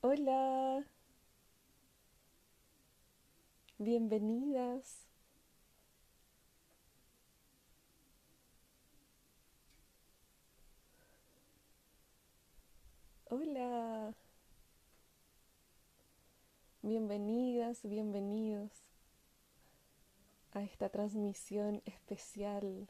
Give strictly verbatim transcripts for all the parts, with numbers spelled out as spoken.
Hola, bienvenidas. Hola, bienvenidas, bienvenidos a esta transmisión especial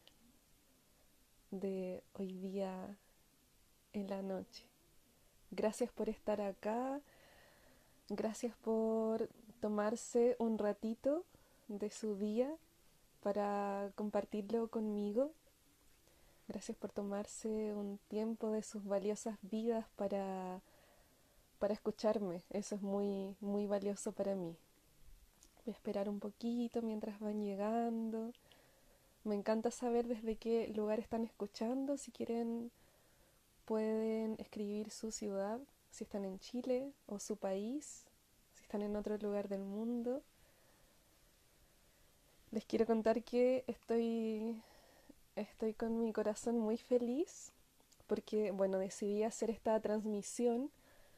de hoy día en la noche. Gracias por estar acá, gracias por tomarse un ratito de su día para compartirlo conmigo. Gracias por tomarse un tiempo de sus valiosas vidas para, para escucharme. Eso es muy, muy valioso para mí. Voy a esperar un poquito mientras van llegando. Me encanta saber desde qué lugar están escuchando. Si quieren, pueden escribir su ciudad, si están en Chile, o su país, si están en otro lugar del mundo. Les quiero contar que estoy, estoy con mi corazón muy feliz porque, bueno, decidí hacer esta transmisión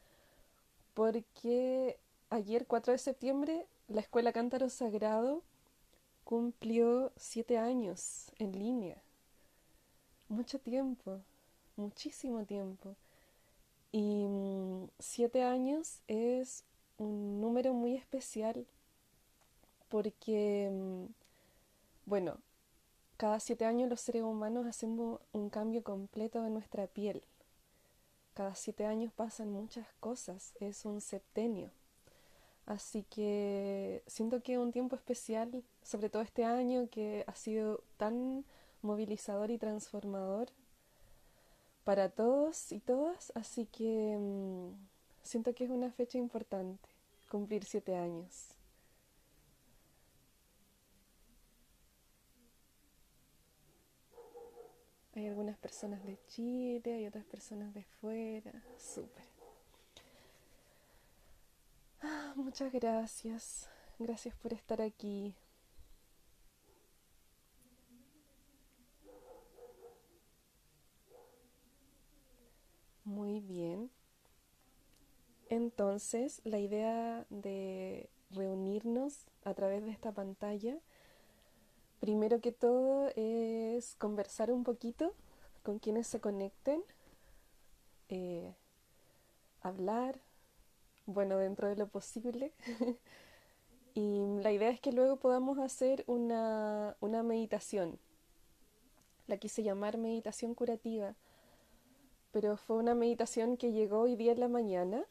porque ayer, cuatro de septiembre, la Escuela Cántaro Sagrado cumplió siete años en línea. Mucho tiempo, muchísimo tiempo. Y mm, siete años es un número muy especial porque, mm, bueno, cada siete años los seres humanos hacemos un cambio completo de nuestra piel. Cada siete años pasan muchas cosas, es un septenio. Así que siento que es un tiempo especial, sobre todo este año que ha sido tan movilizador y transformador para todos y todas, así que mmm, siento que es una fecha importante, cumplir siete años. Hay algunas personas de Chile, hay otras personas de fuera, súper. Ah, muchas gracias, gracias por estar aquí. Muy bien. Entonces, la idea de reunirnos a través de esta pantalla, primero que todo es conversar un poquito con quienes se conecten, eh, hablar, bueno, dentro de lo posible. Y la idea es que luego podamos hacer una, una meditación. La quise llamar meditación curativa, pero fue una meditación que llegó hoy día en la mañana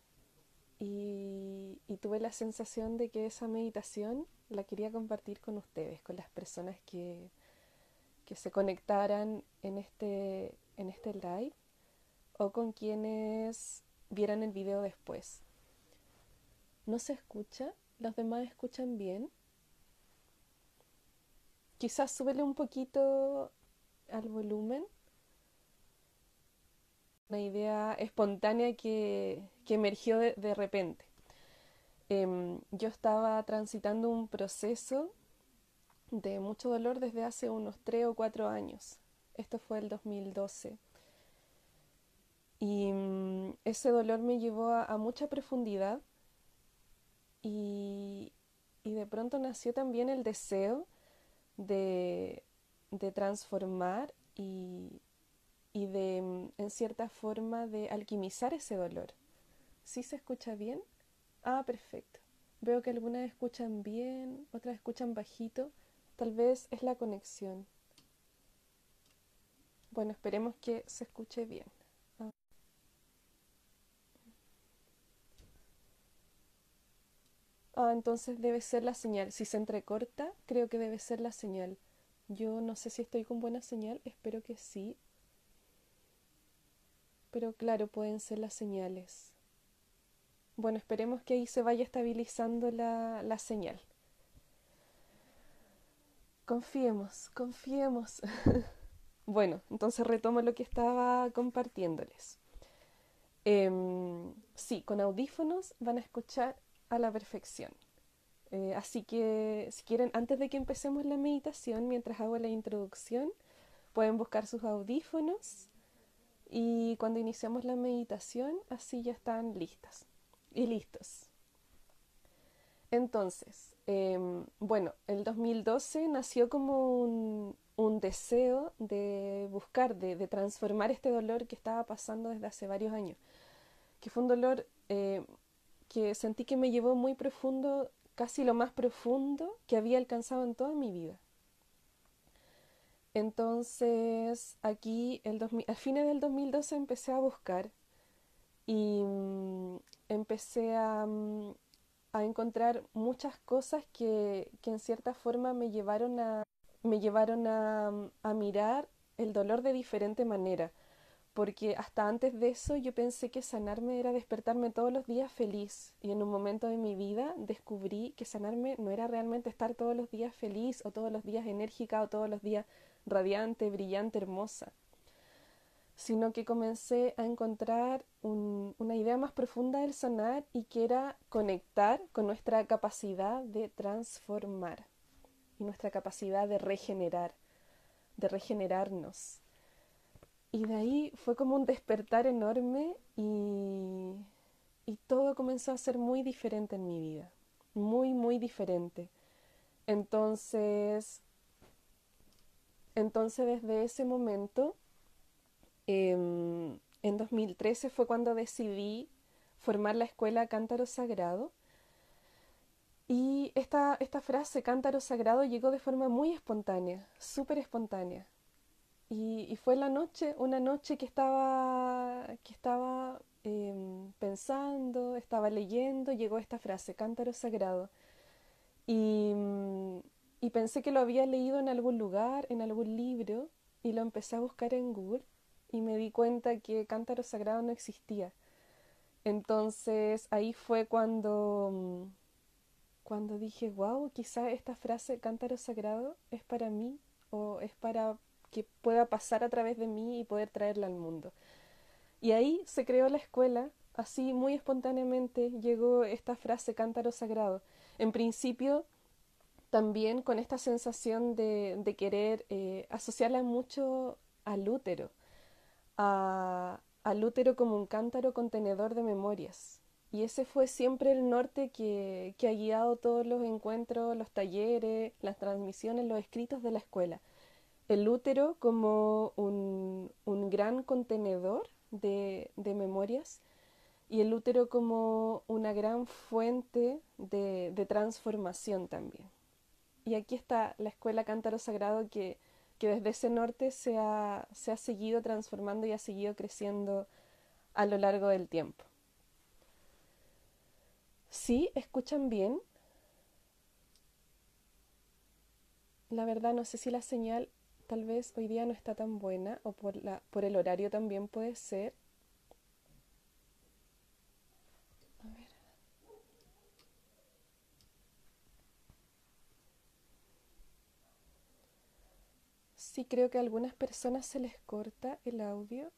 y, y tuve la sensación de que esa meditación la quería compartir con ustedes, con las personas que, que se conectaran en este, en este live o con quienes vieran el video después. ¿No se escucha? ¿Los demás escuchan bien? Quizás súbele un poquito al volumen. Una idea espontánea que, que emergió de, de repente. Em, yo estaba transitando un proceso de mucho dolor desde hace unos tres o cuatro años. Esto fue el dos mil doce. Y mm, ese dolor me llevó a, a mucha profundidad y, y de pronto nació también el deseo de, de transformar y, y de, mm, en cierta forma, de alquimizar ese dolor. ¿Sí se escucha bien? Ah, perfecto. Veo que algunas escuchan bien, otras escuchan bajito. Tal vez es la conexión. Bueno, esperemos que se escuche bien. Ah, ah, entonces debe ser la señal. Si se entrecorta, creo que debe ser la señal. Yo no sé si estoy con buena señal, espero que sí. Pero claro, pueden ser las señales. Bueno, esperemos que ahí se vaya estabilizando la, la señal. Confiemos, confiemos. Bueno, entonces retomo lo que estaba compartiéndoles. Em, sí, con audífonos van a escuchar a la perfección. Eh, así que si quieren, antes de que empecemos la meditación, mientras hago la introducción, pueden buscar sus audífonos y cuando iniciamos la meditación, así ya están listas. y listos. Entonces, eh, bueno, el dos mil doce nació como un, un deseo de buscar, de, de transformar este dolor que estaba pasando desde hace varios años, que fue un dolor eh, que sentí que me llevó muy profundo, casi lo más profundo que había alcanzado en toda mi vida. Entonces, aquí, el dos mil, a fines del dos mil doce empecé a buscar y mm, empecé a, mm, a encontrar muchas cosas que, que en cierta forma me llevaron a, me llevaron a, mm, a mirar el dolor de diferente manera. Porque hasta antes de eso yo pensé que sanarme era despertarme todos los días feliz. Y en un momento de mi vida descubrí que sanarme no era realmente estar todos los días feliz o todos los días enérgica o todos los días radiante, brillante, hermosa, sino que comencé a encontrar un- una idea más profunda del sanar y que era conectar con nuestra capacidad de transformar y nuestra capacidad de regenerar, de regenerarnos. Y de ahí fue como un despertar enorme y, y todo comenzó a ser muy diferente en mi vida, muy, muy diferente. Entonces, entonces desde ese momento, em, en dos mil trece fue cuando decidí formar la escuela Cántaro Sagrado. Y esta, esta frase, cántaro sagrado, llegó de forma muy espontánea, súper espontánea. Y, y fue la noche, una noche que estaba, que estaba em, pensando, estaba leyendo, llegó esta frase, cántaro sagrado. Y, mm, y pensé que lo había leído en algún lugar, en algún libro, y lo empecé a buscar en Google y me di cuenta que cántaro sagrado no existía. Entonces ahí fue cuando, mm, cuando dije, wow, quizá esta frase, cántaro sagrado, es para mí o es para que pueda pasar a través de mí y poder traerla al mundo. Y ahí se creó la escuela, así muy espontáneamente llegó esta frase, cántaro sagrado. En principio, también con esta sensación de, de querer eh, asociarla mucho al útero, a, al útero como un cántaro contenedor de memorias. Y ese fue siempre el norte que, que ha guiado todos los encuentros, los talleres, las transmisiones, los escritos de la escuela. El útero como un, un gran contenedor de, de memorias y el útero como una gran fuente de, de transformación también. Y aquí está la escuela Cántaro Sagrado que, que desde ese norte se ha, se ha seguido transformando y ha seguido creciendo a lo largo del tiempo. ¿Sí? ¿Escuchan bien? La verdad no sé si la señal tal vez hoy día no está tan buena o por, la, por el horario también puede ser. A ver. Sí, creo que a algunas personas se les corta el audio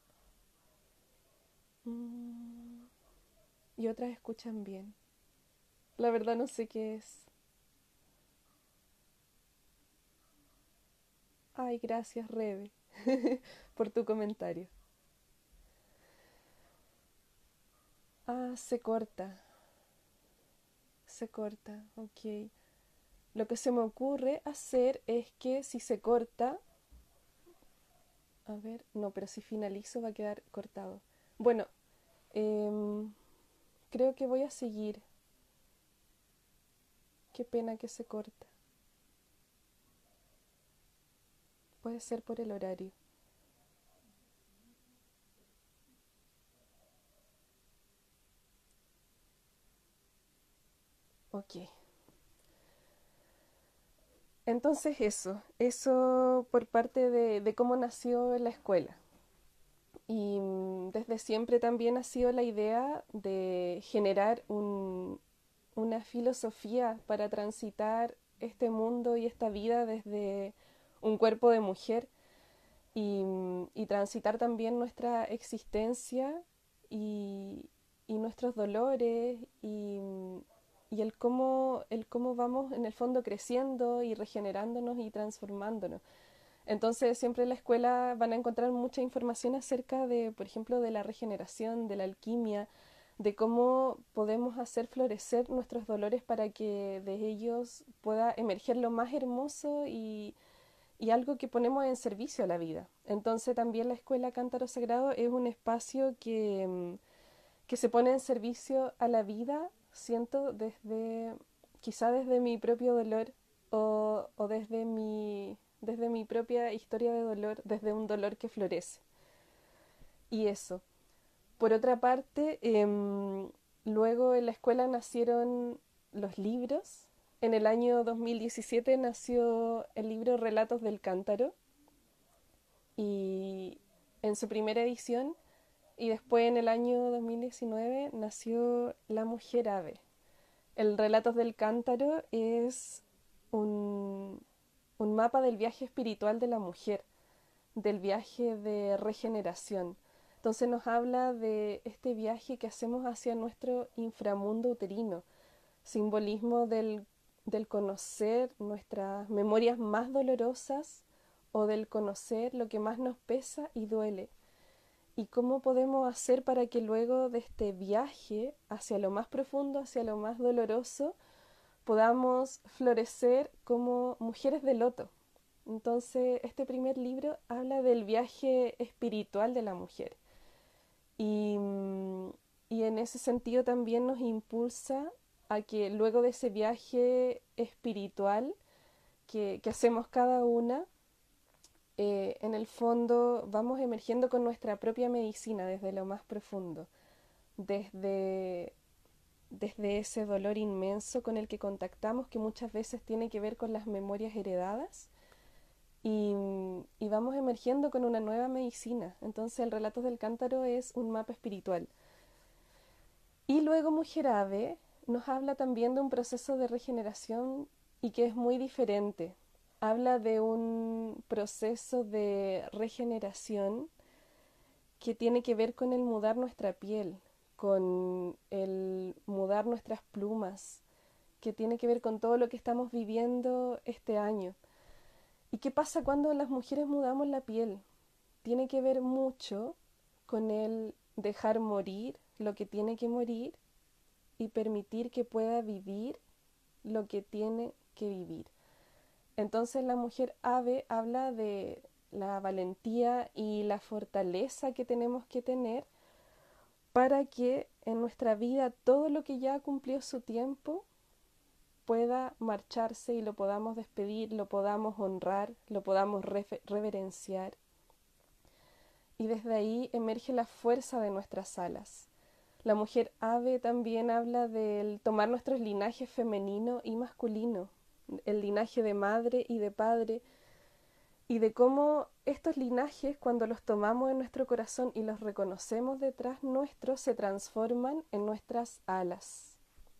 mm, y otras escuchan bien. La verdad no sé qué es. Ay, gracias, Rebe, por tu comentario. Ah, se corta, se corta, ok. Lo que se me ocurre hacer es que si se corta, a ver, no, pero si finalizo va a quedar cortado. Bueno, em, creo que voy a seguir. Qué pena que se corta. Puede ser por el horario. Ok. Entonces eso, eso por parte de, de cómo nació la escuela. Y mm, desde siempre también ha sido la idea de generar un, una filosofía para transitar este mundo y esta vida desde un cuerpo de mujer y, mm, y transitar también nuestra existencia y, y nuestros dolores y, mm, y el cómo, el cómo vamos en el fondo creciendo y regenerándonos y transformándonos. Entonces siempre en la escuela van a encontrar mucha información acerca de, por ejemplo, de la regeneración, de la alquimia, de cómo podemos hacer florecer nuestros dolores para que de ellos pueda emerger lo más hermoso y, y algo que ponemos en servicio a la vida. Entonces también la Escuela Cántaro Sagrado es un espacio que, mm, que se pone en servicio a la vida, siento, desde, quizá desde mi propio dolor o, o desde, mi, desde mi propia historia de dolor, desde un dolor que florece. Y eso. Por otra parte, eh, luego en la escuela nacieron los libros. En el año dos mil diecisiete nació el libro Relatos del Cántaro y en su primera edición, y después en el año dos mil diecinueve nació La Mujer Ave. El Relatos del Cántaro es un, un mapa del viaje espiritual de la mujer, del viaje de regeneración. Entonces nos habla de este viaje que hacemos hacia nuestro inframundo uterino, simbolismo del, del conocer nuestras memorias más dolorosas o del conocer lo que más nos pesa y duele. Y cómo podemos hacer para que luego de este viaje hacia lo más profundo, hacia lo más doloroso, podamos florecer como mujeres de loto. Entonces, este primer libro habla del viaje espiritual de la mujer. Y, y en ese sentido también nos impulsa a que luego de ese viaje espiritual que, que hacemos cada una, eh, en el fondo vamos emergiendo con nuestra propia medicina desde lo más profundo, desde, desde ese dolor inmenso con el que contactamos, que muchas veces tiene que ver con las memorias heredadas, y, y vamos emergiendo con una nueva medicina. Entonces el Relatos del Cántaro es un mapa espiritual. Y luego Mujer Ave nos habla también de un proceso de regeneración y que es muy diferente. Habla de un proceso de regeneración que tiene que ver con el mudar nuestra piel, con el mudar nuestras plumas, que tiene que ver con todo lo que estamos viviendo este año. ¿Y qué pasa cuando las mujeres mudamos la piel? Tiene que ver mucho con el dejar morir lo que tiene que morir y permitir que pueda vivir lo que tiene que vivir. Entonces la mujer ave habla de la valentía y la fortaleza que tenemos que tener para que en nuestra vida todo lo que ya cumplió su tiempo pueda marcharse y lo podamos despedir, lo podamos honrar, lo podamos reverenciar. Y desde ahí emerge la fuerza de nuestras alas. La mujer ave también habla del tomar nuestros linajes femenino y masculino, el linaje de madre y de padre, y de cómo estos linajes, cuando los tomamos en nuestro corazón y los reconocemos detrás nuestro, se transforman en nuestras alas.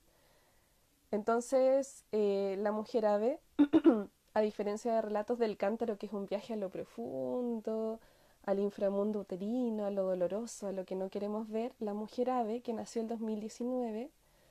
Entonces, eh, la mujer ave, a diferencia de Relatos del Cántaro, que es un viaje a lo profundo, al inframundo uterino, a lo doloroso, a lo que no queremos ver, la mujer ave, que nació el dos mil diecinueve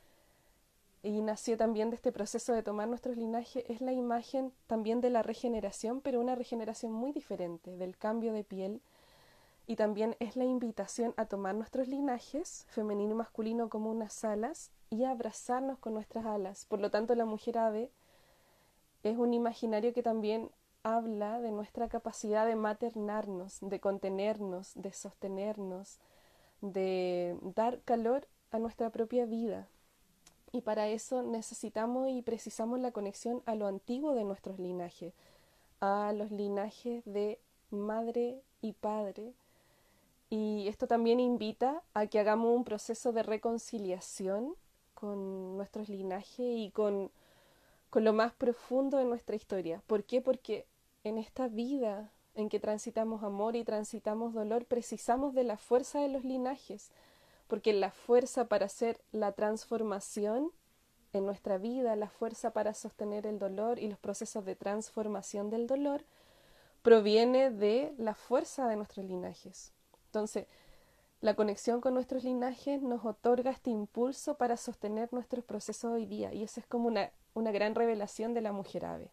y nació también de este proceso de tomar nuestros linajes, es la imagen también de la regeneración, pero una regeneración muy diferente, del cambio de piel, y también es la invitación a tomar nuestros linajes, femenino y masculino, como unas alas y a abrazarnos con nuestras alas. Por lo tanto, la mujer ave es un imaginario que también habla de nuestra capacidad de maternarnos, de contenernos, de sostenernos, de dar calor a nuestra propia vida. Y para eso necesitamos y precisamos la conexión a lo antiguo de nuestros linajes, a los linajes de madre y padre. Y esto también invita a que hagamos un proceso de reconciliación con nuestros linajes y con, con lo más profundo de nuestra historia. ¿Por qué? Porque en esta vida en que transitamos amor y transitamos dolor, precisamos de la fuerza de los linajes, porque la fuerza para hacer la transformación en nuestra vida, la fuerza para sostener el dolor y los procesos de transformación del dolor, proviene de la fuerza de nuestros linajes. Entonces, la conexión con nuestros linajes nos otorga este impulso para sostener nuestros procesos hoy día, y esa es como una, una gran revelación de la mujer ave.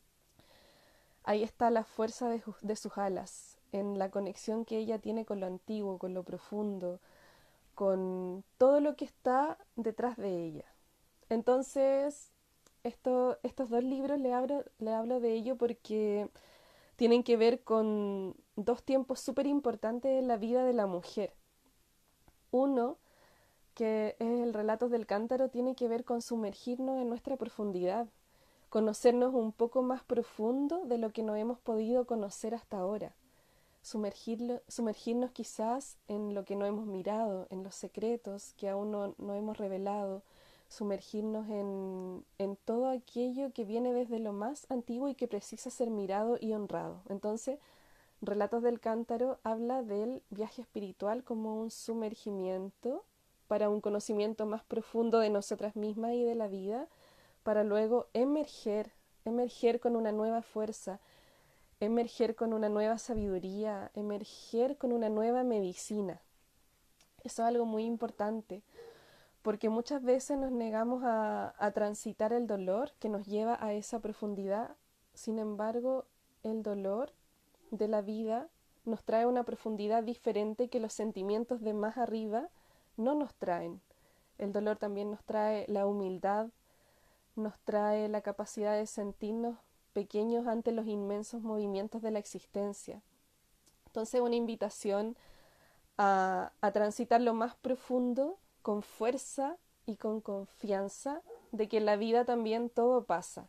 Ahí está la fuerza de, de sus alas, en la conexión que ella tiene con lo antiguo, con lo profundo, con todo lo que está detrás de ella. Entonces, esto, estos dos libros le hablo, le hablo de ello porque tienen que ver con dos tiempos súper importantes en la vida de la mujer. Uno, que es el relato del cántaro, tiene que ver con sumergirnos en nuestra profundidad, conocernos un poco más profundo de lo que no hemos podido conocer hasta ahora, sumergirlo, sumergirnos quizás en lo que no hemos mirado, en los secretos que aún no, no hemos revelado, sumergirnos en, en todo aquello que viene desde lo más antiguo y que precisa ser mirado y honrado. Entonces, Relatos del Cántaro habla del viaje espiritual como un sumergimiento para un conocimiento más profundo de nosotras mismas y de la vida, para luego emerger, emerger con una nueva fuerza, emerger con una nueva sabiduría, emerger con una nueva medicina. Eso es algo muy importante, porque muchas veces nos negamos a, a transitar el dolor que nos lleva a esa profundidad. Sin embargo, el dolor de la vida nos trae una profundidad diferente que los sentimientos de más arriba no nos traen. El dolor también nos trae la humildad, nos trae la capacidad de sentirnos pequeños ante los inmensos movimientos de la existencia. Entonces, una invitación a, a transitar lo más profundo con fuerza y con confianza de que en la vida también todo pasa.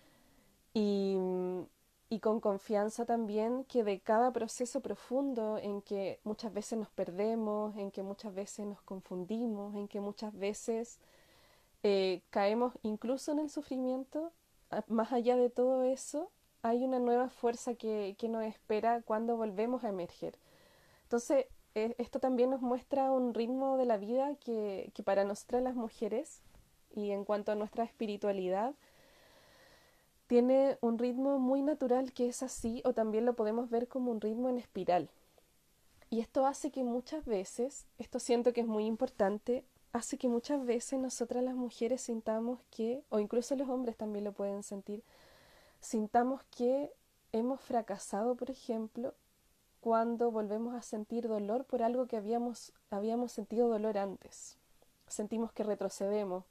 Y, y con confianza también que de cada proceso profundo en que muchas veces nos perdemos, en que muchas veces nos confundimos, en que muchas veces eh, caemos incluso en el sufrimiento, más allá de todo eso, hay una nueva fuerza que, que nos espera cuando volvemos a emerger. Entonces, eh, esto también nos muestra un ritmo de la vida que, que para nosotras las mujeres, y en cuanto a nuestra espiritualidad, tiene un ritmo muy natural que es así, o también lo podemos ver como un ritmo en espiral. Y esto hace que muchas veces, esto siento que es muy importante, hace que muchas veces nosotras las mujeres sintamos que, o incluso los hombres también lo pueden sentir, sintamos que hemos fracasado, por ejemplo, cuando volvemos a sentir dolor por algo que habíamos, habíamos sentido dolor antes. Sentimos que retrocedemos,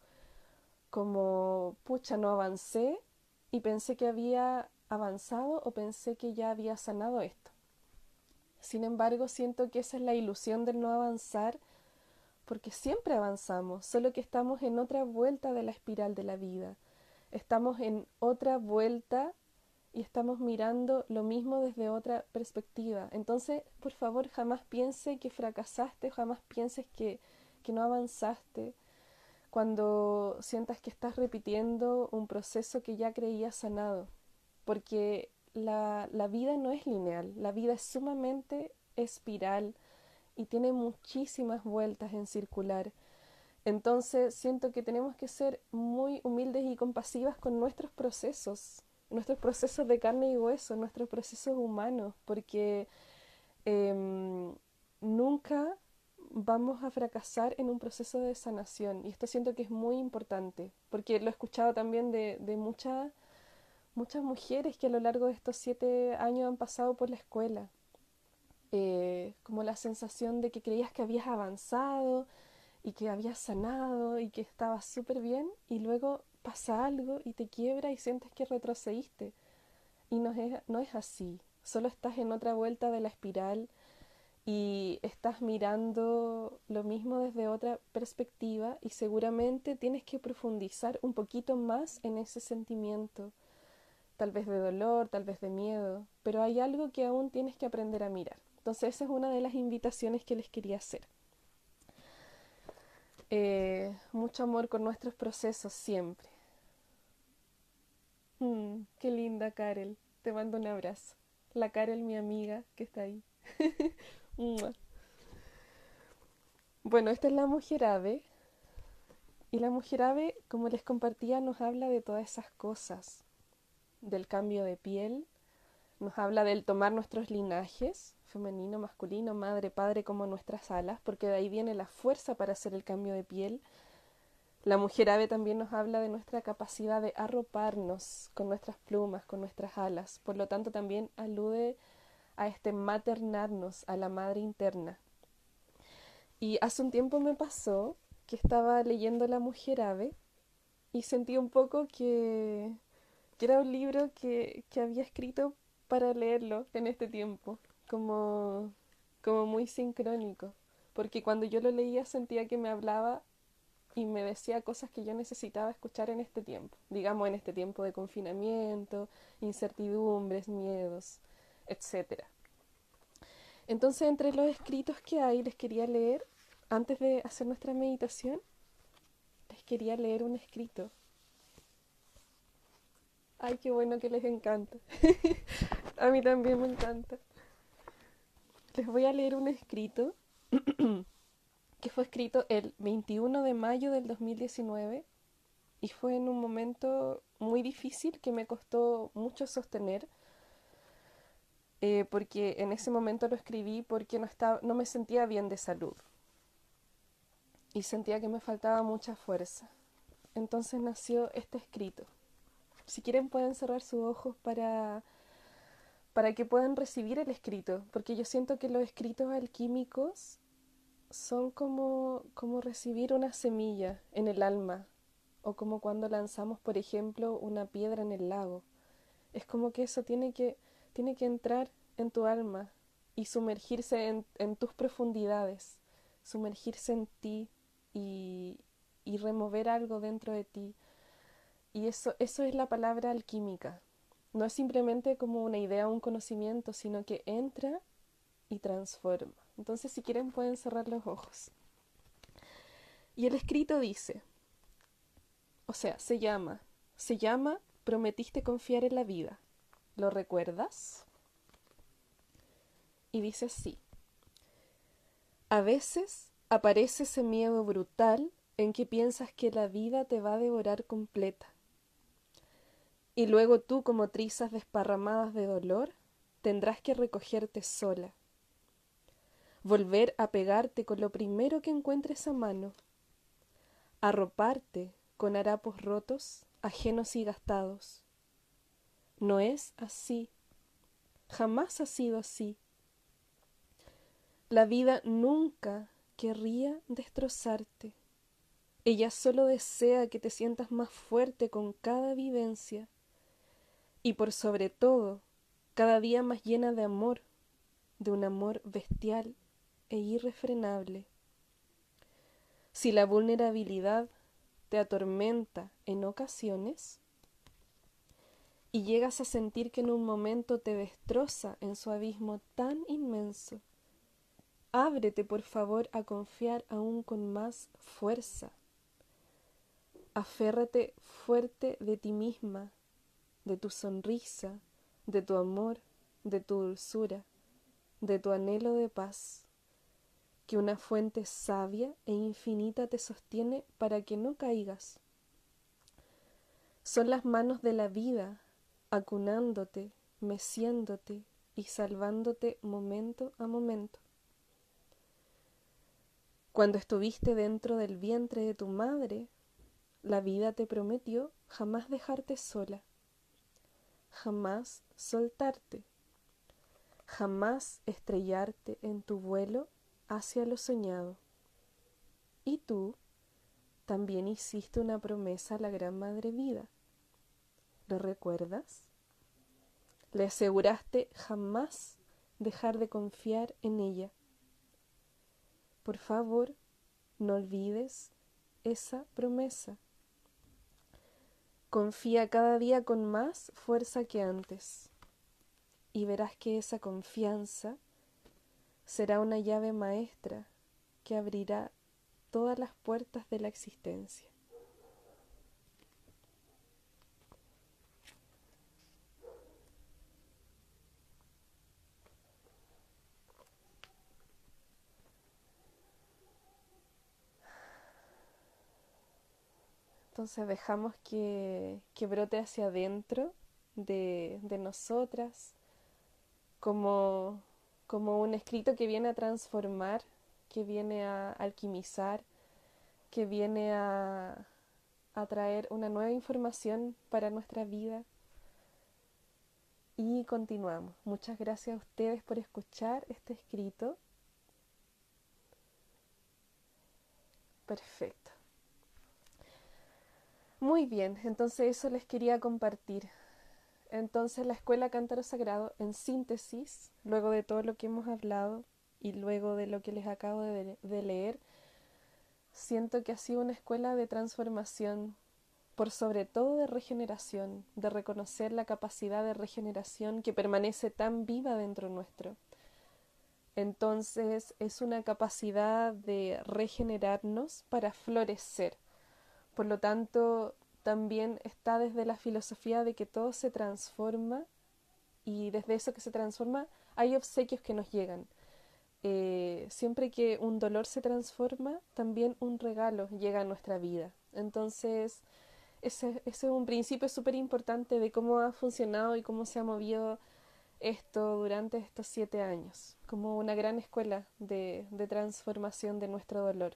como, pucha, no avancé y pensé que había avanzado o pensé que ya había sanado esto. Sin embargo, siento que esa es la ilusión del no avanzar, porque siempre avanzamos, solo que estamos en otra vuelta de la espiral de la vida. Estamos en otra vuelta y estamos mirando lo mismo desde otra perspectiva. Entonces, por favor, jamás piense que fracasaste, jamás pienses que, que no avanzaste cuando sientas que estás repitiendo un proceso que ya creías sanado, porque la, la vida no es lineal, la vida es sumamente espiral y tiene muchísimas vueltas en circular. Entonces siento que tenemos que ser muy humildes y compasivas con nuestros procesos, nuestros procesos de carne y hueso, nuestros procesos humanos, porque eh, nunca vamos a fracasar en un proceso de sanación. Y esto siento que es muy importante, porque lo he escuchado también de, de muchas muchas mujeres que a lo largo de estos siete años han pasado por la escuela. Eh, como la sensación de que creías que habías avanzado y que habías sanado y que estabas súper bien y luego pasa algo y te quiebra y sientes que retrocediste. Y no es, no es así, solo estás en otra vuelta de la espiral y estás mirando lo mismo desde otra perspectiva y seguramente tienes que profundizar un poquito más en ese sentimiento, tal vez de dolor, tal vez de miedo, pero hay algo que aún tienes que aprender a mirar. Entonces esa es una de las invitaciones que les quería hacer. Eh, mucho amor con nuestros procesos siempre. Mm, qué linda, Karel. Te mando un abrazo. La Karel, mi amiga, que está ahí. Bueno, esta es la mujer ave. Y la mujer ave, como les compartía, nos habla de todas esas cosas. Del cambio de piel. Nos habla del tomar nuestros linajes, femenino, masculino, madre, padre, como nuestras alas, porque de ahí viene la fuerza para hacer el cambio de piel. La mujer ave también nos habla de nuestra capacidad de arroparnos con nuestras plumas, con nuestras alas. Por lo tanto, también alude a este maternarnos, a la madre interna. Y hace un tiempo me pasó que estaba leyendo La Mujer Ave y sentí un poco que, que era un libro que, que había escrito para leerlo en este tiempo, como, como muy sincrónico, porque cuando yo lo leía sentía que me hablaba y me decía cosas que yo necesitaba escuchar en este tiempo, digamos en este tiempo de confinamiento, incertidumbres, miedos, etcétera. Entonces, entre los escritos que hay, les quería leer, antes de hacer nuestra meditación, les quería leer un escrito. Ay, qué bueno que les encanta. A mí también me encanta. Les voy a leer un escrito que fue escrito el veintiuno de mayo del dos mil diecinueve y fue en un momento muy difícil que me costó mucho sostener, eh, porque en ese momento lo escribí porque no, estaba, no me sentía bien de salud y sentía que me faltaba mucha fuerza. Entonces nació este escrito. Si quieren pueden cerrar sus ojos para, para que puedan recibir el escrito, porque yo siento que los escritos alquímicos son como, como recibir una semilla en el alma, o como cuando lanzamos, por ejemplo, una piedra en el lago. Es como que eso tiene que, tiene que entrar en tu alma y sumergirse en, en tus profundidades, sumergirse en ti y, y remover algo dentro de ti. Y eso, eso es la palabra alquímica. No es simplemente como una idea o un conocimiento, sino que entra y transforma. Entonces, si quieren, pueden cerrar los ojos. Y el escrito dice, o sea, se llama, se llama Prometiste confiar en la vida. ¿Lo recuerdas? Y dice así, a veces aparece ese miedo brutal en que piensas que la vida te va a devorar completa. Y luego tú, como trizas desparramadas de dolor, tendrás que recogerte sola. Volver a pegarte con lo primero que encuentres a mano. Arroparte con harapos rotos, ajenos y gastados. No es así. Jamás ha sido así. La vida nunca querría destrozarte. Ella solo desea que te sientas más fuerte con cada vivencia y por sobre todo, cada día más llena de amor, de un amor bestial e irrefrenable. Si la vulnerabilidad te atormenta en ocasiones y llegas a sentir que en un momento te destroza en su abismo tan inmenso, ábrete por favor a confiar aún con más fuerza. Aférrate fuerte de ti misma, de tu sonrisa, de tu amor, de tu dulzura, de tu anhelo de paz, que una fuente sabia e infinita te sostiene para que no caigas. Son las manos de la vida acunándote, meciéndote y salvándote momento a momento. Cuando estuviste dentro del vientre de tu madre, la vida te prometió jamás dejarte sola, jamás soltarte, jamás estrellarte en tu vuelo hacia lo soñado. Y tú también hiciste una promesa a la Gran Madre Vida. ¿Lo recuerdas? Le aseguraste jamás dejar de confiar en ella. Por favor, no olvides esa promesa. Confía cada día con más fuerza que antes y verás que esa confianza será una llave maestra que abrirá todas las puertas de la existencia. Entonces dejamos que, que brote hacia adentro de, de nosotras como, como un escrito que viene a transformar, que viene a alquimizar, que viene a, a traer una nueva información para nuestra vida. Y continuamos. Muchas gracias a ustedes por escuchar este escrito. Perfecto. Muy bien, entonces eso les quería compartir. Entonces la Escuela Cántaro Sagrado, en síntesis, luego de todo lo que hemos hablado y luego de lo que les acabo de, de leer, siento que ha sido una escuela de transformación, por sobre todo de regeneración, de reconocer la capacidad de regeneración que permanece tan viva dentro nuestro. Entonces es una capacidad de regenerarnos para florecer. Por lo tanto, también está desde la filosofía de que todo se transforma y desde eso que se transforma hay obsequios que nos llegan. Eh, siempre que un dolor se transforma, también un regalo llega a nuestra vida. Entonces, ese, ese es un principio súper importante de cómo ha funcionado y cómo se ha movido esto durante estos siete años, como una gran escuela de, de transformación de nuestro dolor.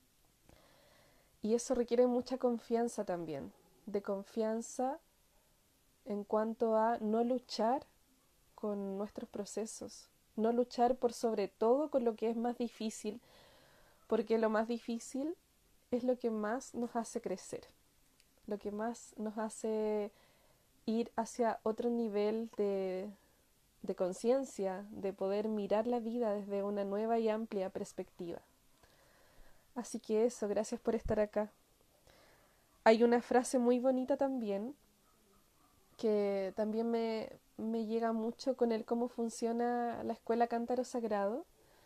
Y eso requiere mucha confianza también, de confianza en cuanto a no luchar con nuestros procesos, no luchar por sobre todo con lo que es más difícil, porque lo más difícil es lo que más nos hace crecer, lo que más nos hace ir hacia otro nivel de, de conciencia, de poder mirar la vida desde una nueva y amplia perspectiva. Así que eso, gracias por estar acá. Hay una frase muy bonita también, que también me, me llega mucho con el cómo funciona la escuela Cántaro Sagrado,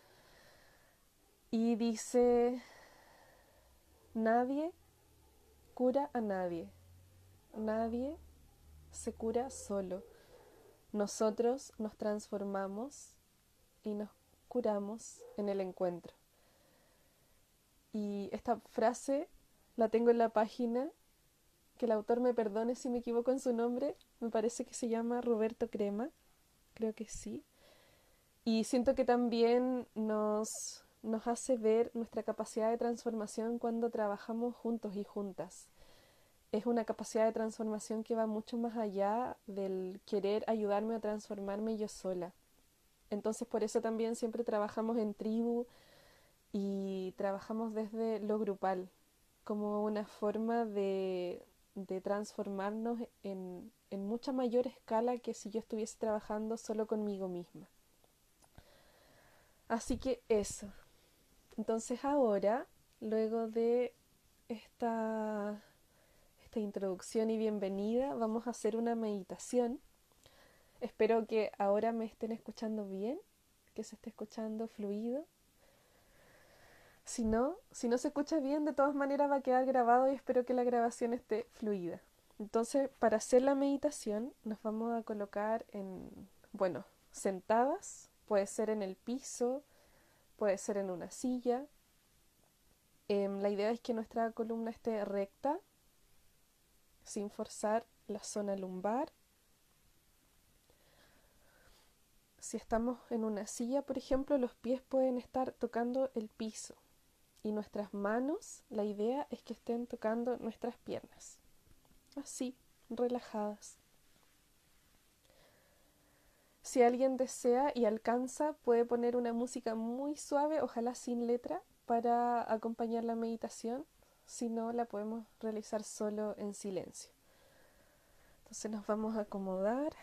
y dice, nadie cura a nadie, nadie se cura solo. Nosotros nos transformamos y nos curamos en el encuentro. Y esta frase la tengo en la página, que el autor me perdone si me equivoco en su nombre, me parece que se llama Roberto Crema, creo que sí. Y siento que también nos, nos hace ver nuestra capacidad de transformación cuando trabajamos juntos y juntas. Es una capacidad de transformación que va mucho más allá del querer ayudarme a transformarme yo sola. Entonces por eso también siempre trabajamos en tribu y trabajamos desde lo grupal, como una forma de, de transformarnos en, en mucha mayor escala que si yo estuviese trabajando solo conmigo misma. Así que eso. Entonces ahora, luego de esta, esta introducción y bienvenida, vamos a hacer una meditación. Espero que ahora me estén escuchando bien, que se esté escuchando fluido. Si no, si no se escucha bien, de todas maneras va a quedar grabado y espero que la grabación esté fluida. Entonces, para hacer la meditación, nos vamos a colocar en, bueno, sentadas, puede ser en el piso, puede ser en una silla. Eh, la idea es que nuestra columna esté recta, sin forzar la zona lumbar. Si estamos en una silla, por ejemplo, los pies pueden estar tocando el piso y nuestras manos, la idea es que estén tocando nuestras piernas, así, relajadas. Si alguien desea y alcanza, puede poner una música muy suave, ojalá sin letra, para acompañar la meditación. Si no, la podemos realizar solo en silencio. Entonces nos vamos a acomodar.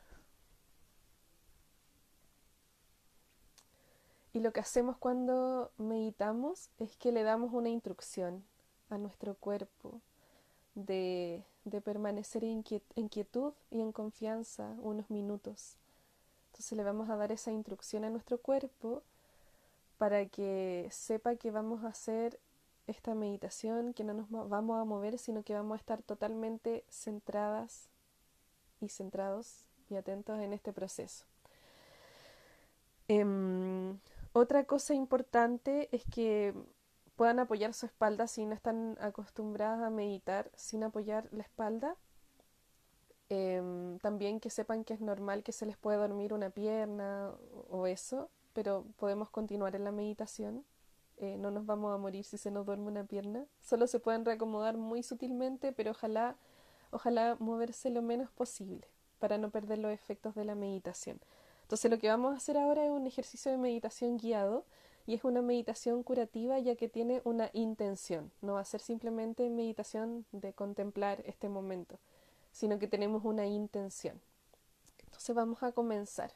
Y lo que hacemos cuando meditamos es que le damos una instrucción a nuestro cuerpo de, de permanecer en quietud y en confianza unos minutos. Entonces le vamos a dar esa instrucción a nuestro cuerpo para que sepa que vamos a hacer esta meditación, que no nos vamos a mover, sino que vamos a estar totalmente centradas y centrados y atentos en este proceso. Eh, otra cosa importante es que puedan apoyar su espalda si no están acostumbradas a meditar sin apoyar la espalda. Eh, también que sepan que es normal que se les pueda dormir una pierna o eso, pero podemos continuar en la meditación. Eh, no nos vamos a morir si se nos duerme una pierna. Solo se pueden reacomodar muy sutilmente, pero ojalá, ojalá moverse lo menos posible para no perder los efectos de la meditación. Entonces lo que vamos a hacer ahora es un ejercicio de meditación guiado Y es una meditación curativa ya que tiene una intención. No va a ser simplemente meditación de contemplar este momento, sino que tenemos una intención. Entonces vamos a comenzar.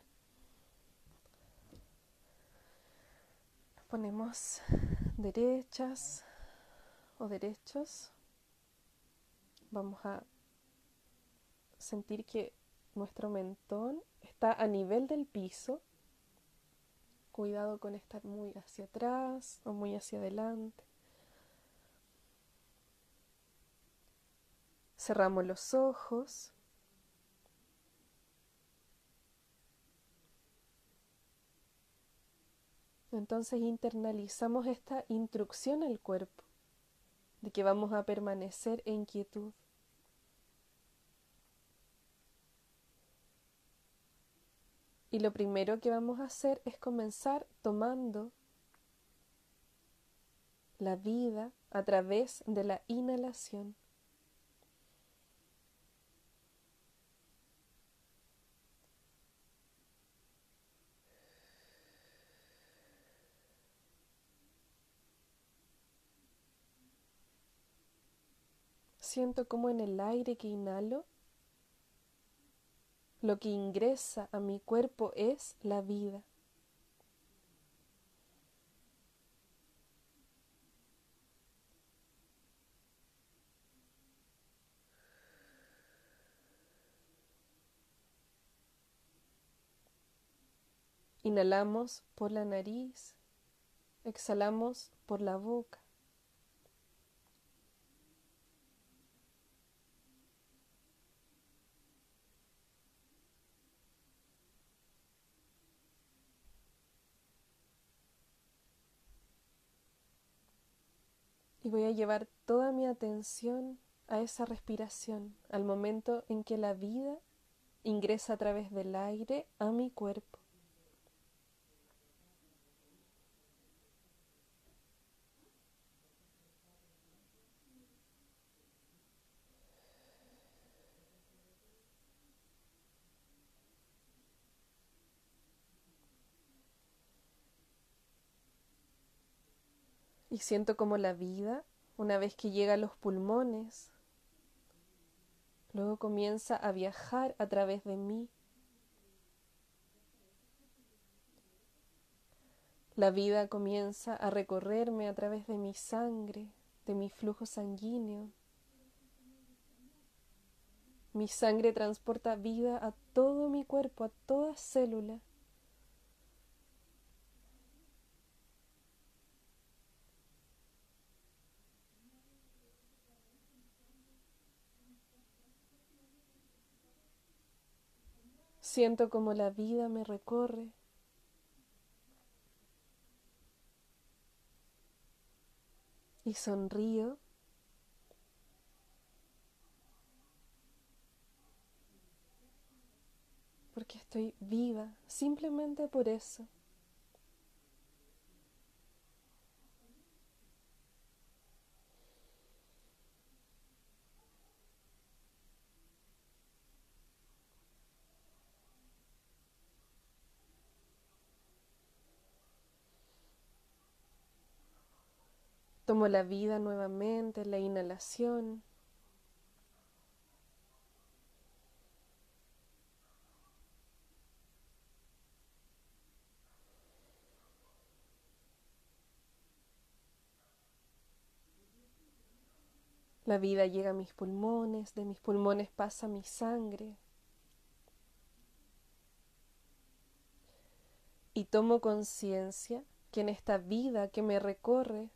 Nos ponemos derechas o derechos. Vamos a sentir que nuestro mentón está a nivel del piso. Cuidado con estar muy hacia atrás o muy hacia adelante. Cerramos los ojos. Entonces internalizamos esta instrucción al cuerpo de que vamos a permanecer en quietud. Y lo primero que vamos a hacer es comenzar tomando la vida a través de la inhalación. Siento como en el aire que inhalo, lo que ingresa a mi cuerpo es la vida. Inhalamos por la nariz, exhalamos por la boca. Y voy a llevar toda mi atención a esa respiración, al momento en que la vida ingresa a través del aire a mi cuerpo. Y siento como la vida, una vez que llega a los pulmones, luego comienza a viajar a través de mí. La vida comienza a recorrerme a través de mi sangre, de mi flujo sanguíneo. Mi sangre transporta vida a todo mi cuerpo, a toda célula. Siento como la vida me recorre. Y sonrío. Porque estoy viva, simplemente por eso. Tomo la vida nuevamente, la inhalación. La vida llega a mis pulmones, de mis pulmones pasa mi sangre. Y tomo conciencia que en esta vida que me recorre,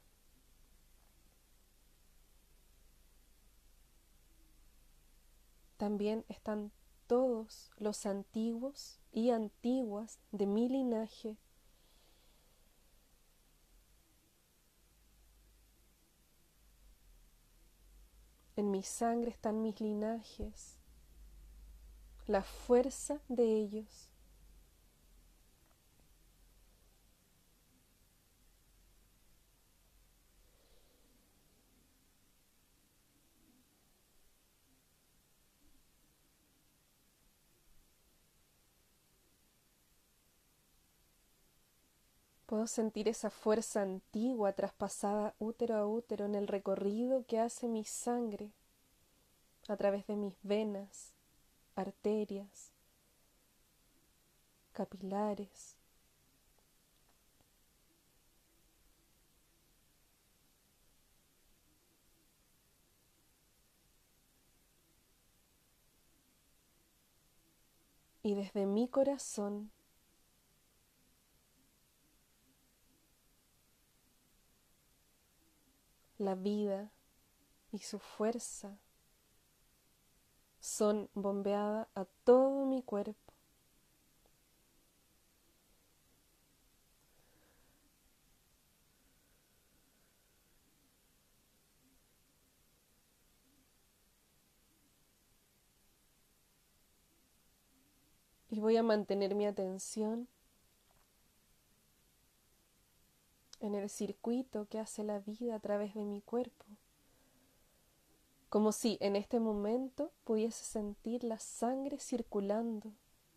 también están todos los antiguos y antiguas de mi linaje. En mi sangre están mis linajes, la fuerza de ellos. Puedo sentir esa fuerza antigua traspasada útero a útero en el recorrido que hace mi sangre a través de mis venas, arterias, capilares. Y desde mi corazón la vida y su fuerza son bombeadas a todo mi cuerpo. Y voy a mantener mi atención en el circuito que hace la vida a través de mi cuerpo, como si en este momento pudiese sentir la sangre circulando.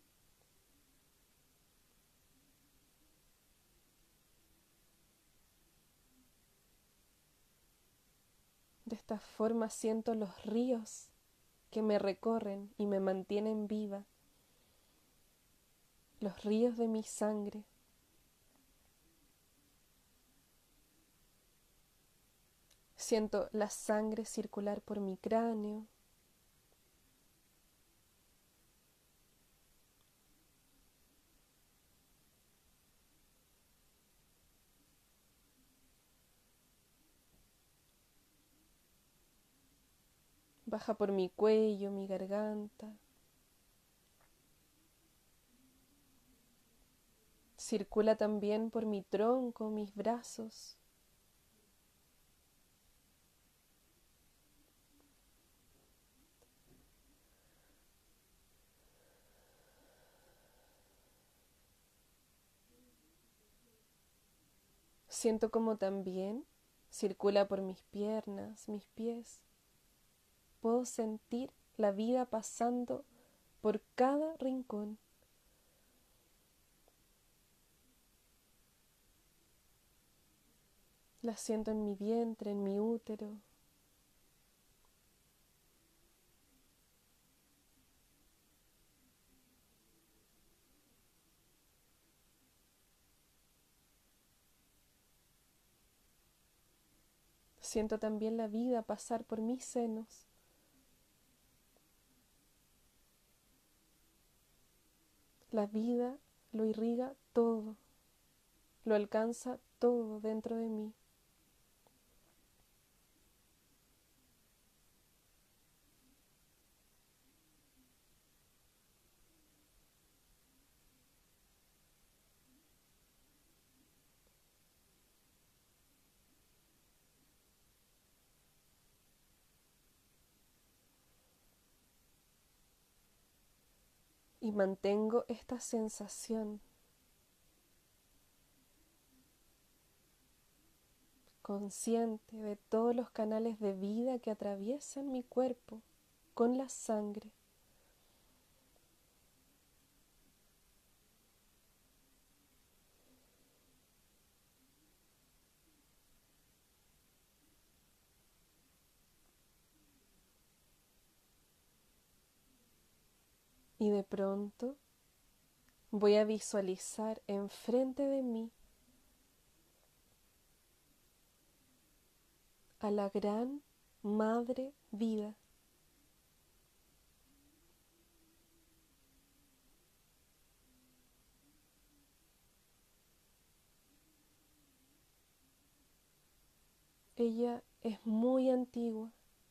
De esta forma siento los ríos que me recorren y me mantienen viva, los ríos de mi sangre. Siento la sangre circular por mi cráneo. Baja por mi cuello, mi garganta. Circula también por mi tronco, mis brazos. Siento como también circula por mis piernas, mis pies. Puedo sentir la vida pasando por cada rincón. La siento en mi vientre, en mi útero. Siento también la vida pasar por mis senos. La vida lo irriga todo, lo alcanza todo dentro de mí. Y mantengo esta sensación consciente de todos los canales de vida que atraviesan mi cuerpo con la sangre. Y de pronto voy a visualizar enfrente de mí a la gran Madre Vida. Ella es muy antigua.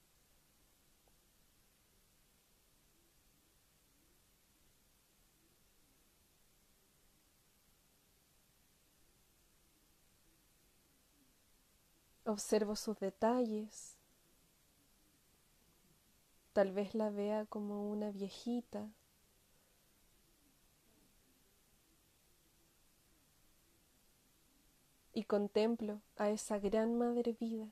Observo sus detalles. Tal vez la vea como una viejita. Y contemplo a esa gran Madre Vida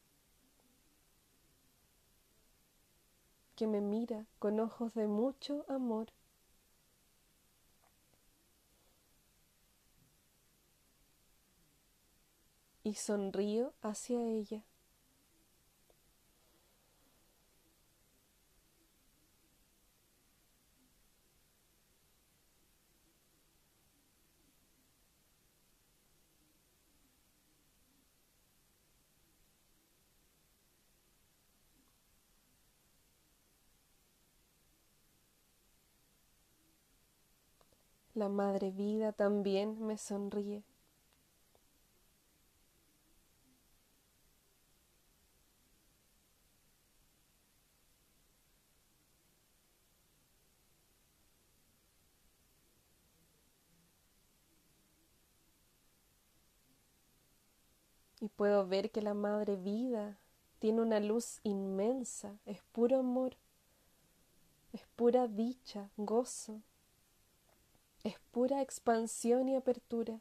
que me mira con ojos de mucho amor. y sonrío hacia ella. La Madre Vida también me sonríe. Y puedo ver que la Madre Vida tiene una luz inmensa, es puro amor, es pura dicha, gozo, es pura expansión y apertura.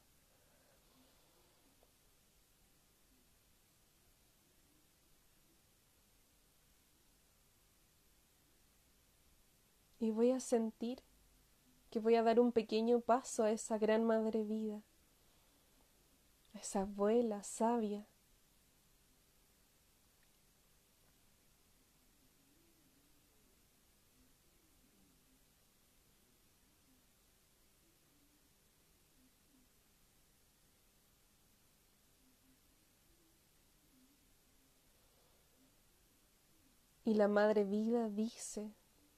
Y voy a sentir que voy a dar un pequeño paso a esa gran Madre Vida, a esa abuela sabia. Y la Madre Vida dice: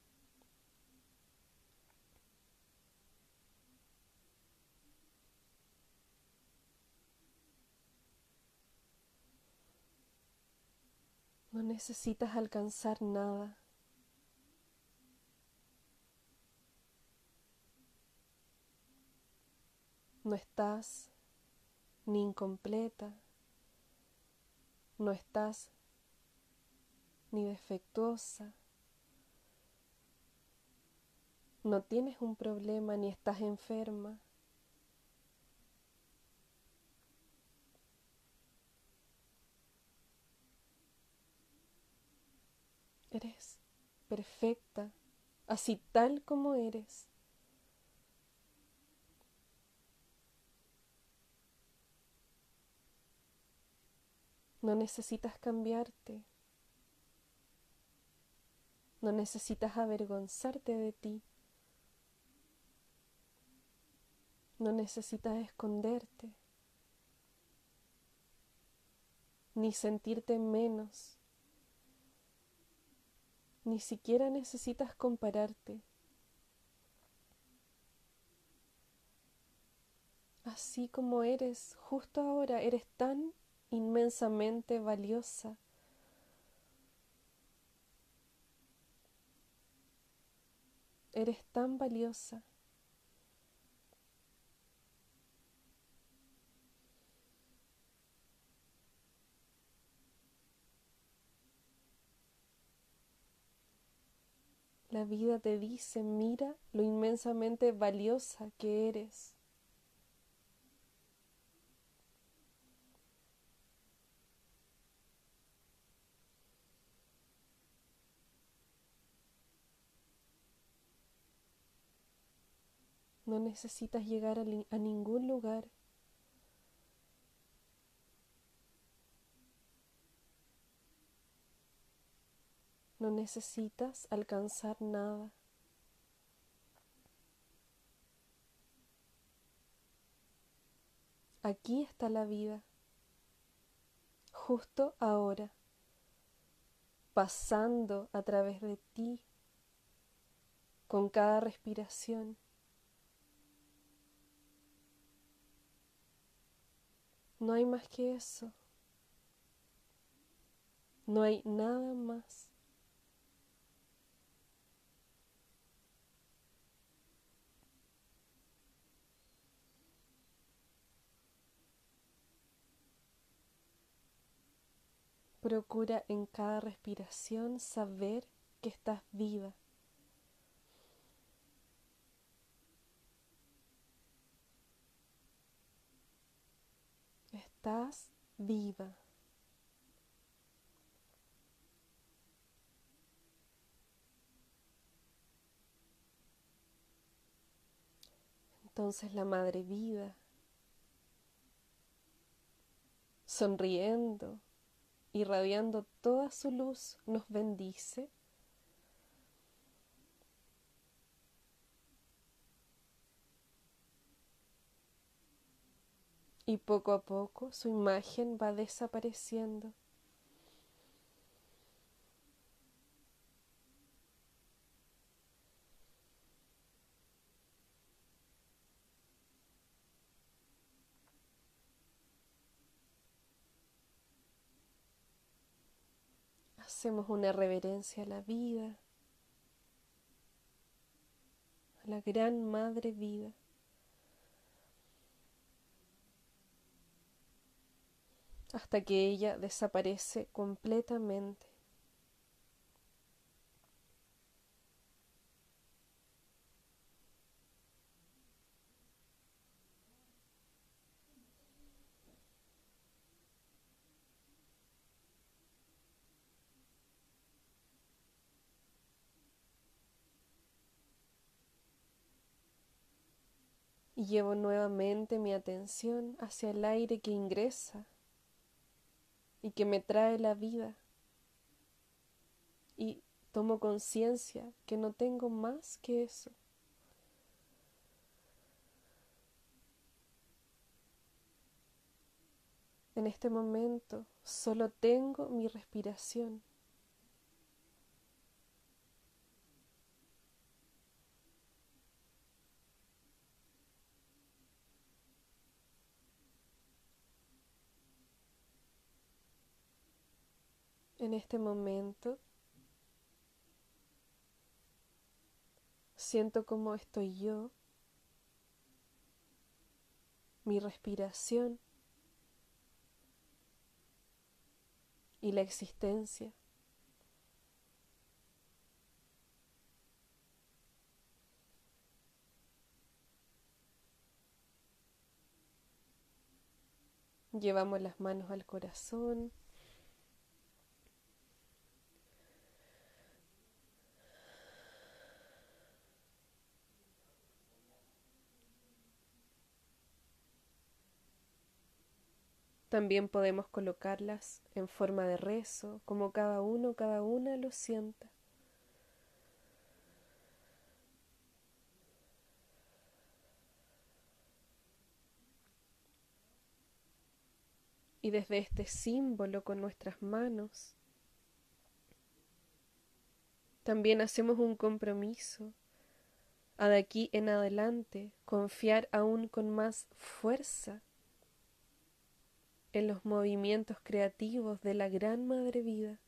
no necesitas alcanzar nada. No estás ni incompleta, no estás ni defectuosa, no tienes un problema ni estás enferma. Eres perfecta, así tal como eres. No necesitas cambiarte, no necesitas avergonzarte de ti, no necesitas esconderte, ni sentirte menos, ni siquiera necesitas compararte. Así como eres, justo ahora eres tan inmensamente valiosa. Eres tan valiosa. La vida te dice: mira lo inmensamente valiosa que eres. No necesitas llegar a, a ningún lugar. No necesitas alcanzar nada. Aquí está la vida, justo ahora, pasando a través de ti, con cada respiración. No hay más que eso. No hay nada más. Procura en cada respiración saber que estás viva. Estás viva. Entonces la Madre Vida sonriendo, irradiando toda su luz, nos bendice. Y poco a poco su imagen va desapareciendo. Hacemos una reverencia a la vida, a la gran madre vida. Hasta que ella desaparece completamente. Y llevo nuevamente mi atención hacia el aire que ingresa y que me trae la vida. Y tomo conciencia que no tengo más que eso. En este momento solo tengo mi respiración. En este momento siento cómo estoy yo, mi respiración y la existencia. Llevamos las manos al corazón. También podemos colocarlas en forma de rezo, como cada uno, cada una lo sienta. Y desde este símbolo con nuestras manos, también hacemos un compromiso a de aquí en adelante confiar aún con más fuerza en los movimientos creativos de la Gran Madre Vida.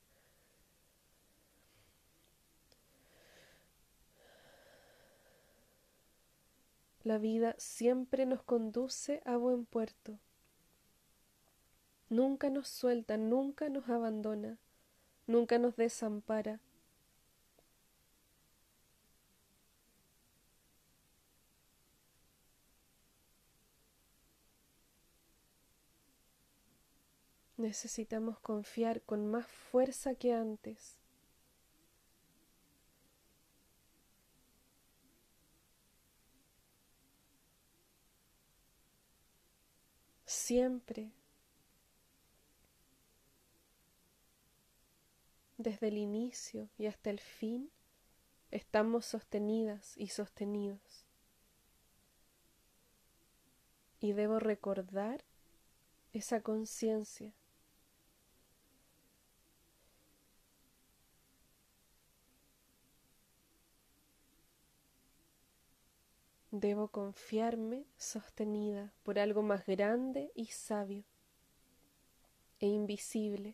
La vida siempre nos conduce a buen puerto. Nunca nos suelta, nunca nos abandona, nunca nos desampara. Necesitamos confiar con más fuerza que antes. Siempre, desde el inicio y hasta el fin, estamos sostenidas y sostenidos. Y debo recordar esa conciencia. Debo confiarme sostenida por algo más grande y sabio e invisible.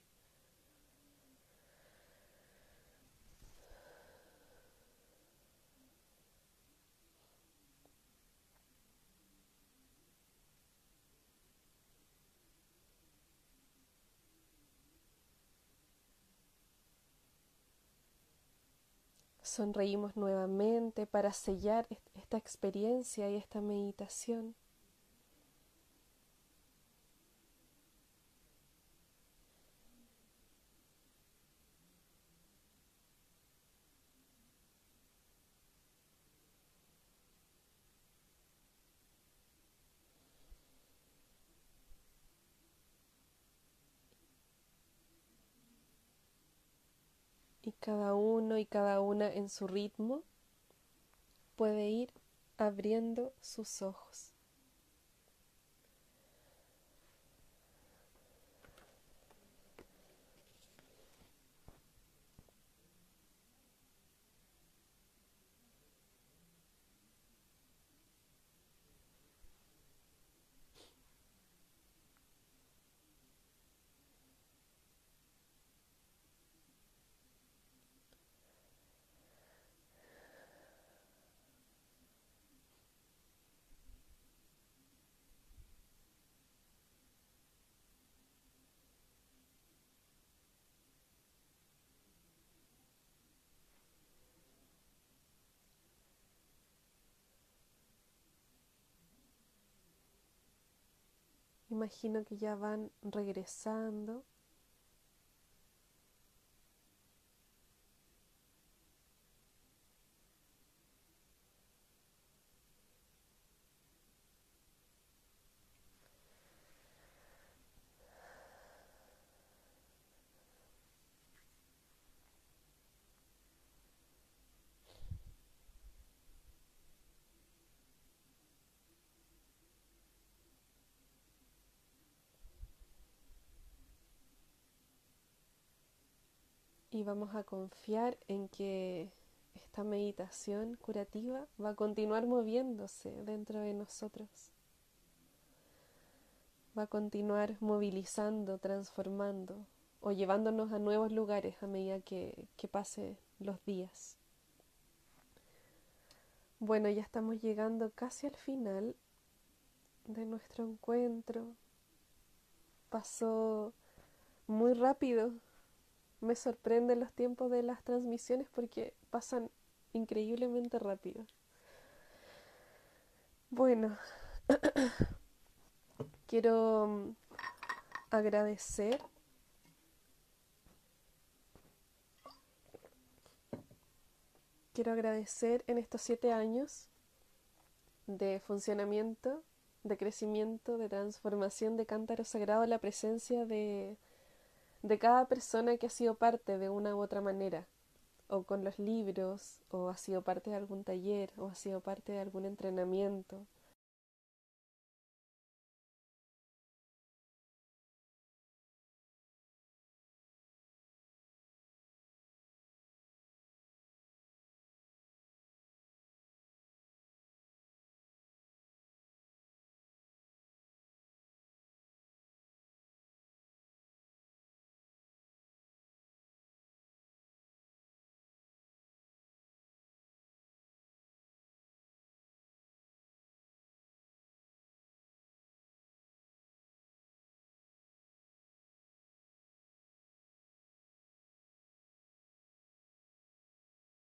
Sonreímos nuevamente para sellar esta experiencia y esta meditación. y cada uno y cada una en su ritmo puede ir abriendo sus ojos. Imagino que ya van regresando. Y vamos a confiar en que esta meditación curativa va a continuar moviéndose dentro de nosotros. Va a continuar movilizando, transformando o llevándonos a nuevos lugares a medida que, que pasen los días. Bueno, ya estamos llegando casi al final de nuestro encuentro. Pasó muy rápido. Me sorprenden los tiempos de las transmisiones porque pasan increíblemente rápido. Bueno, quiero agradecer quiero agradecer en estos siete años de funcionamiento, de crecimiento, de transformación de Cántaro Sagrado, la presencia de, de cada persona que ha sido parte de una u otra manera, o con los libros, o ha sido parte de algún taller, o ha sido parte de algún entrenamiento,